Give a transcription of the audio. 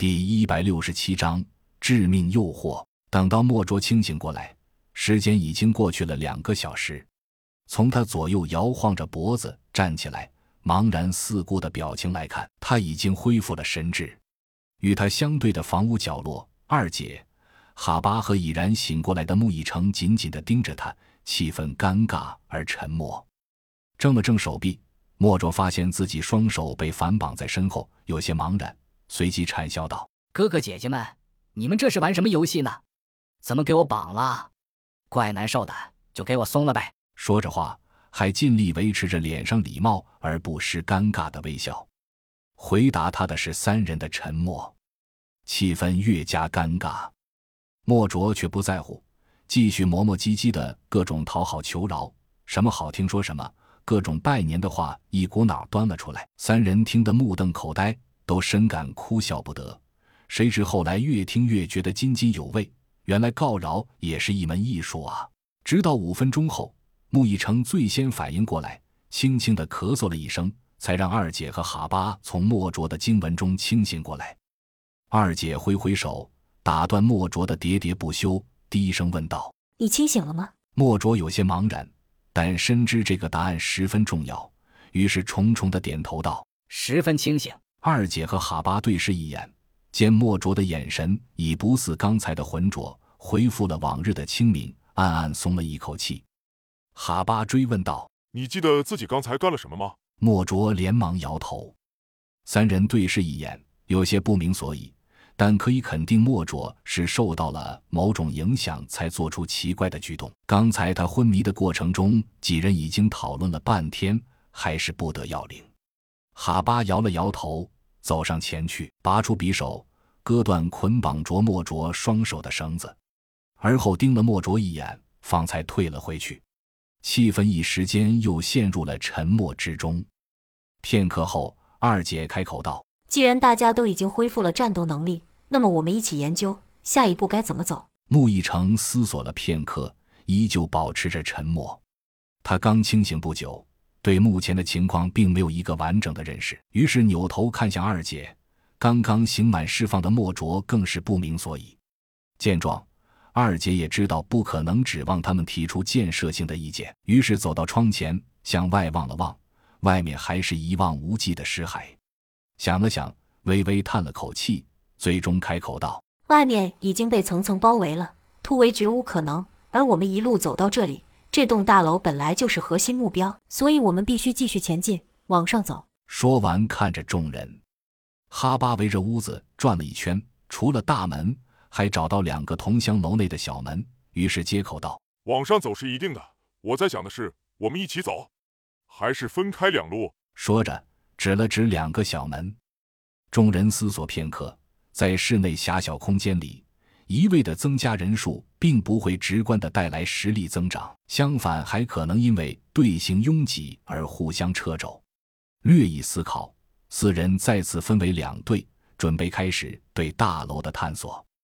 第167章致命诱惑。等到莫卓清醒过来，时间已经过去了2个小时。从他左右摇晃着脖子站起来茫然四顾的表情来看，他已经恢复了神智。与他相对的房屋角落，二姐、哈巴和已然醒过来的穆一成紧紧地盯着他，气氛尴尬而沉默。正了正手臂，莫卓发现自己双手被反绑在身后，有些茫然，随即讪笑道： 哥哥姐姐们，你们这是玩什么游戏呢？怎么给我绑了？怪难受的，就给我松了呗。 说着话，还尽力维持着脸上礼貌而不失尴尬的微笑。回答他的是3人的沉默，气氛越加尴尬。莫卓却不在乎，继续磨磨唧唧的各种讨好求饶，什么好听说什么，各种拜年的话一股脑端了出来。3人听得目瞪口呆，都深感哭笑不得。谁知后来越听越觉得津津有味，原来告饶也是一门艺术啊。直到5分钟后，穆一成最先反应过来，轻轻地咳嗽了一声，才让二姐和哈巴从莫卓的经文中清醒过来。二姐挥挥手打断莫卓的喋喋不休，低声问道： 你清醒了吗？ 莫卓有些茫然，但深知这个答案十分重要，于是重重地点头道： 十分清醒。 二姐和哈巴对视一眼，见莫卓的眼神已不似刚才的浑浊，恢复了往日的清明，暗暗松了一口气。哈巴追问道： 你记得自己刚才干了什么吗？ 莫卓连忙摇头。3人对视一眼，有些不明所以，但可以肯定莫卓是受到了某种影响才做出奇怪的举动。刚才他昏迷的过程中，几人已经讨论了半天，还是不得要领。哈巴摇了摇头，走上前去，拔出匕首，割断捆绑着莫卓双手的绳子，而后盯了莫卓一眼，方才退了回去。气氛一时间又陷入了沉默之中。片刻后，二姐开口道： 既然大家都已经恢复了战斗能力，那么我们一起研究下一步该怎么走。 穆一成思索了片刻，依旧保持着沉默。他刚清醒不久，对目前的情况并没有一个完整的认识，于是扭头看向二姐。刚刚刑满释放的莫卓更是不明所以。见状，二姐也知道不可能指望他们提出建设性的意见，于是走到窗前，向外望了望，外面还是一望无际的尸骸。想了想，微微叹了口气，最终开口道： 外面已经被层层包围了，突围绝无可能，而我们一路走到这里，这栋大楼本来就是核心目标，所以我们必须继续前进，往上走。 说完看着众人，哈巴围着屋子转了一圈，除了大门，还找到2个同厢楼内的小门，于是接口道： 往上走是一定的，我在想的是我们一起走还是分开2路。 说着指了指2个小门。众人思索片刻，在室内狭小空间里，一味的增加人数并不会直观地带来实力增长，相反还可能因为队形拥挤而互相掣肘。略一思考，4人再次分为2队，准备开始对大楼的探索。